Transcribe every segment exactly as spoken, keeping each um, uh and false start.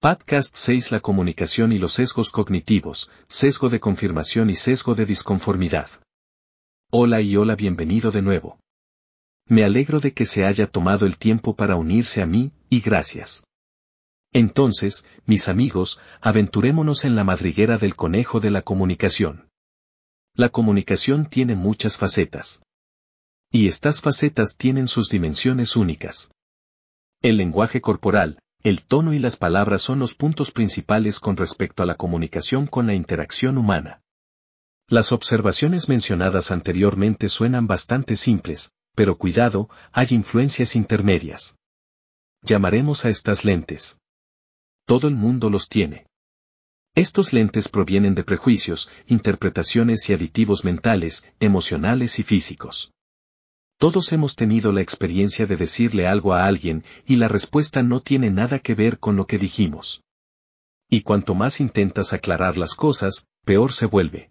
Podcast seis La comunicación y los sesgos cognitivos, sesgo de confirmación y sesgo de disconformidad. Hola y hola, bienvenido de nuevo. Me alegro de que se haya tomado el tiempo para unirse a mí, y gracias. Entonces, mis amigos, aventurémonos en la madriguera del conejo de la comunicación. La comunicación tiene muchas facetas. Y estas facetas tienen sus dimensiones únicas. El lenguaje corporal, el tono y las palabras son los puntos principales con respecto a la comunicación con la interacción humana. Las observaciones mencionadas anteriormente suenan bastante simples, pero cuidado, hay influencias intermedias. Llamaremos a estas lentes. Todo el mundo los tiene. Estos lentes provienen de prejuicios, interpretaciones y aditivos mentales, emocionales y físicos. Todos hemos tenido la experiencia de decirle algo a alguien, y la respuesta no tiene nada que ver con lo que dijimos. Y cuanto más intentas aclarar las cosas, peor se vuelve.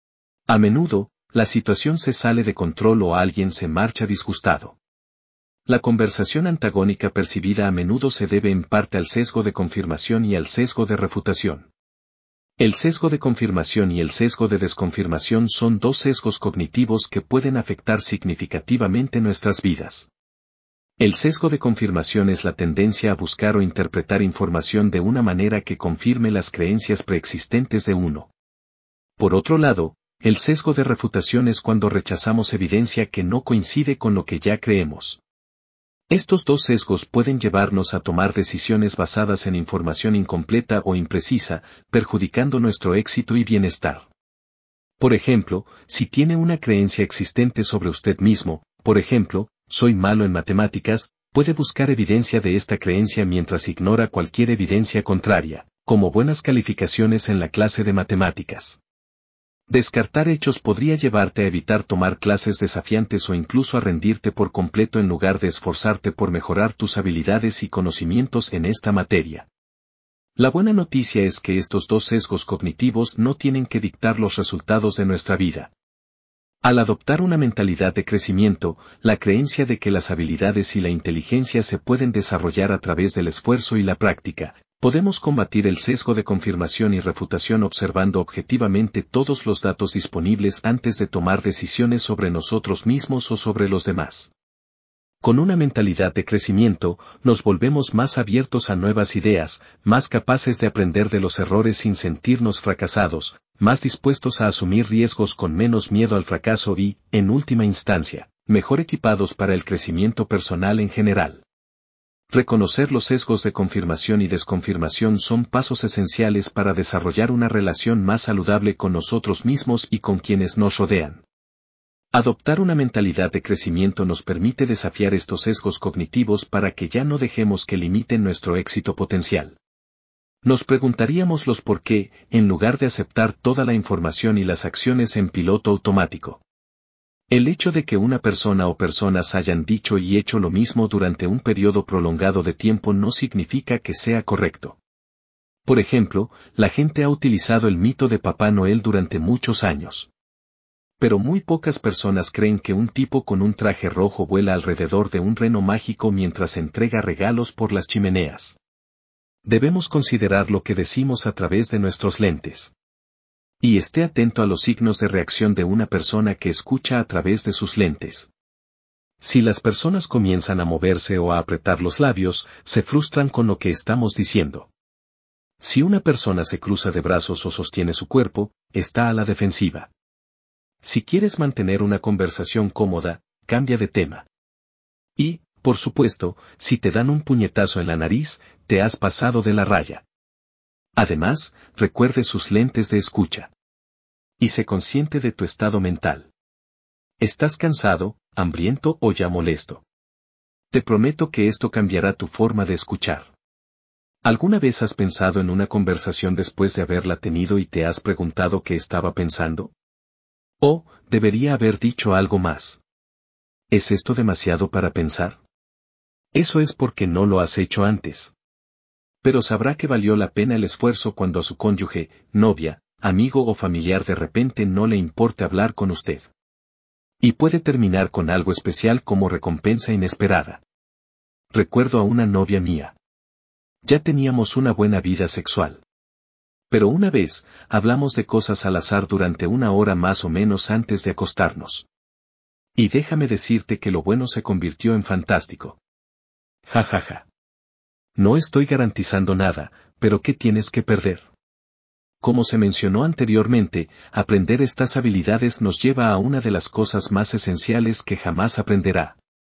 A menudo, la situación se sale de control o alguien se marcha disgustado. La conversación antagónica percibida a menudo se debe en parte al sesgo de confirmación y al sesgo de refutación. El sesgo de confirmación y el sesgo de desconfirmación son dos sesgos cognitivos que pueden afectar significativamente nuestras vidas. El sesgo de confirmación es la tendencia a buscar o interpretar información de una manera que confirme las creencias preexistentes de uno. Por otro lado, el sesgo de refutación es cuando rechazamos evidencia que no coincide con lo que ya creemos. Estos dos sesgos pueden llevarnos a tomar decisiones basadas en información incompleta o imprecisa, perjudicando nuestro éxito y bienestar. Por ejemplo, si tiene una creencia existente sobre usted mismo, por ejemplo, soy malo en matemáticas, puede buscar evidencia de esta creencia mientras ignora cualquier evidencia contraria, como buenas calificaciones en la clase de matemáticas. Descartar hechos podría llevarte a evitar tomar clases desafiantes o incluso a rendirte por completo en lugar de esforzarte por mejorar tus habilidades y conocimientos en esta materia. La buena noticia es que estos dos sesgos cognitivos no tienen que dictar los resultados de nuestra vida. Al adoptar una mentalidad de crecimiento, la creencia de que las habilidades y la inteligencia se pueden desarrollar a través del esfuerzo y la práctica, podemos combatir el sesgo de confirmación y refutación observando objetivamente todos los datos disponibles antes de tomar decisiones sobre nosotros mismos o sobre los demás. Con una mentalidad de crecimiento, nos volvemos más abiertos a nuevas ideas, más capaces de aprender de los errores sin sentirnos fracasados, más dispuestos a asumir riesgos con menos miedo al fracaso y, en última instancia, mejor equipados para el crecimiento personal en general. Reconocer los sesgos de confirmación y desconfirmación son pasos esenciales para desarrollar una relación más saludable con nosotros mismos y con quienes nos rodean. Adoptar una mentalidad de crecimiento nos permite desafiar estos sesgos cognitivos para que ya no dejemos que limiten nuestro éxito potencial. Nos preguntaríamos los por qué, en lugar de aceptar toda la información y las acciones en piloto automático. El hecho de que una persona o personas hayan dicho y hecho lo mismo durante un periodo prolongado de tiempo no significa que sea correcto. Por ejemplo, la gente ha utilizado el mito de Papá Noel durante muchos años. Pero muy pocas personas creen que un tipo con un traje rojo vuela alrededor de un reno mágico mientras entrega regalos por las chimeneas. Debemos considerar lo que decimos a través de nuestros lentes. Y esté atento a los signos de reacción de una persona que escucha a través de sus lentes. Si las personas comienzan a moverse o a apretar los labios, se frustran con lo que estamos diciendo. Si una persona se cruza de brazos o sostiene su cuerpo, está a la defensiva. Si quieres mantener una conversación cómoda, cambia de tema. Y, por supuesto, si te dan un puñetazo en la nariz, te has pasado de la raya. Además, recuerde sus lentes de escucha. Y sé consciente de tu estado mental. ¿Estás cansado, hambriento o ya molesto? Te prometo que esto cambiará tu forma de escuchar. ¿Alguna vez has pensado en una conversación después de haberla tenido y te has preguntado qué estaba pensando? ¿O, debería haber dicho algo más? ¿Es esto demasiado para pensar? Eso es porque no lo has hecho antes. Pero sabrá que valió la pena el esfuerzo cuando a su cónyuge, novia, amigo o familiar de repente no le importe hablar con usted. Y puede terminar con algo especial como recompensa inesperada. Recuerdo a una novia mía. Ya teníamos una buena vida sexual. Pero una vez, hablamos de cosas al azar durante una hora más o menos antes de acostarnos. Y déjame decirte que lo bueno se convirtió en fantástico. Ja ja ja. No estoy garantizando nada, pero ¿qué tienes que perder? Como se mencionó anteriormente, aprender estas habilidades nos lleva a una de las cosas más esenciales que jamás aprenderá.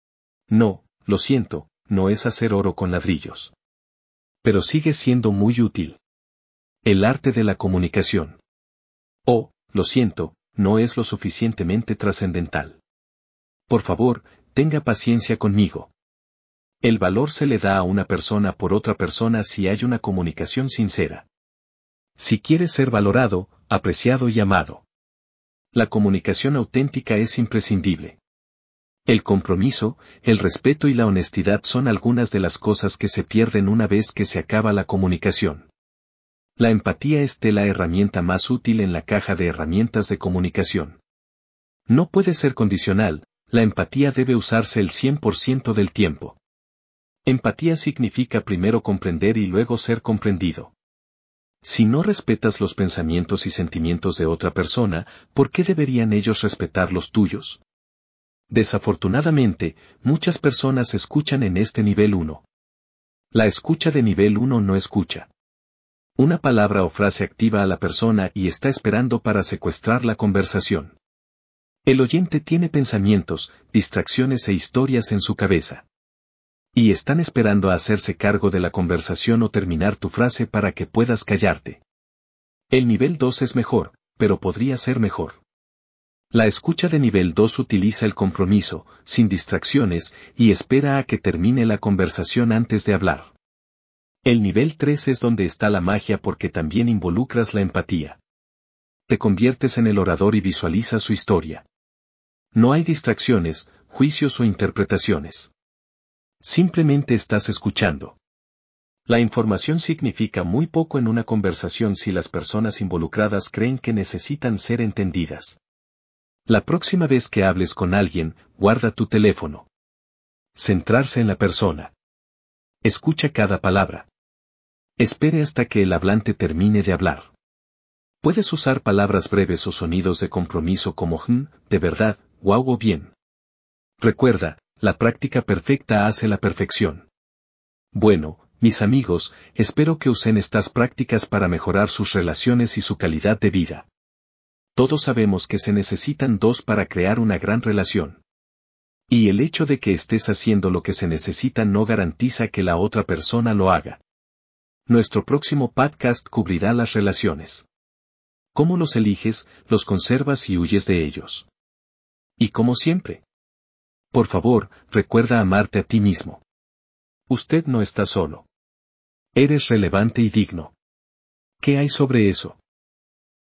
No, lo siento, no es hacer oro con ladrillos. Pero sigue siendo muy útil. El arte de la comunicación. Oh, lo siento, no es lo suficientemente trascendental. Por favor, tenga paciencia conmigo. El valor se le da a una persona por otra persona si hay una comunicación sincera. Si quieres ser valorado, apreciado y amado. La comunicación auténtica es imprescindible. El compromiso, el respeto y la honestidad son algunas de las cosas que se pierden una vez que se acaba la comunicación. La empatía es la herramienta más útil en la caja de herramientas de comunicación. No puede ser condicional, la empatía debe usarse el cien por ciento del tiempo. Empatía significa primero comprender y luego ser comprendido. Si no respetas los pensamientos y sentimientos de otra persona, ¿por qué deberían ellos respetar los tuyos? Desafortunadamente, muchas personas escuchan en este nivel uno. La escucha de nivel uno no escucha. Una palabra o frase activa a la persona y está esperando para secuestrar la conversación. El oyente tiene pensamientos, distracciones e historias en su cabeza. Y están esperando a hacerse cargo de la conversación o terminar tu frase para que puedas callarte. El nivel dos es mejor, pero podría ser mejor. La escucha de nivel dos utiliza el compromiso, sin distracciones, y espera a que termine la conversación antes de hablar. El nivel tres es donde está la magia porque también involucras la empatía. Te conviertes en el orador y visualizas su historia. No hay distracciones, juicios o interpretaciones. Simplemente estás escuchando. La información significa muy poco en una conversación si las personas involucradas creen que necesitan ser entendidas. La próxima vez que hables con alguien, guarda tu teléfono. Centrarse en la persona. Escucha cada palabra. Espere hasta que el hablante termine de hablar. Puedes usar palabras breves o sonidos de compromiso como hm, de verdad, guau o bien. Recuerda, la práctica perfecta hace la perfección. Bueno, mis amigos, espero que usen estas prácticas para mejorar sus relaciones y su calidad de vida. Todos sabemos que se necesitan dos para crear una gran relación. Y el hecho de que estés haciendo lo que se necesita no garantiza que la otra persona lo haga. Nuestro próximo podcast cubrirá las relaciones. ¿Cómo los eliges, los conservas y huyes de ellos? Y como siempre. Por favor, recuerda amarte a ti mismo. Usted no está solo. Eres relevante y digno. ¿Qué hay sobre eso?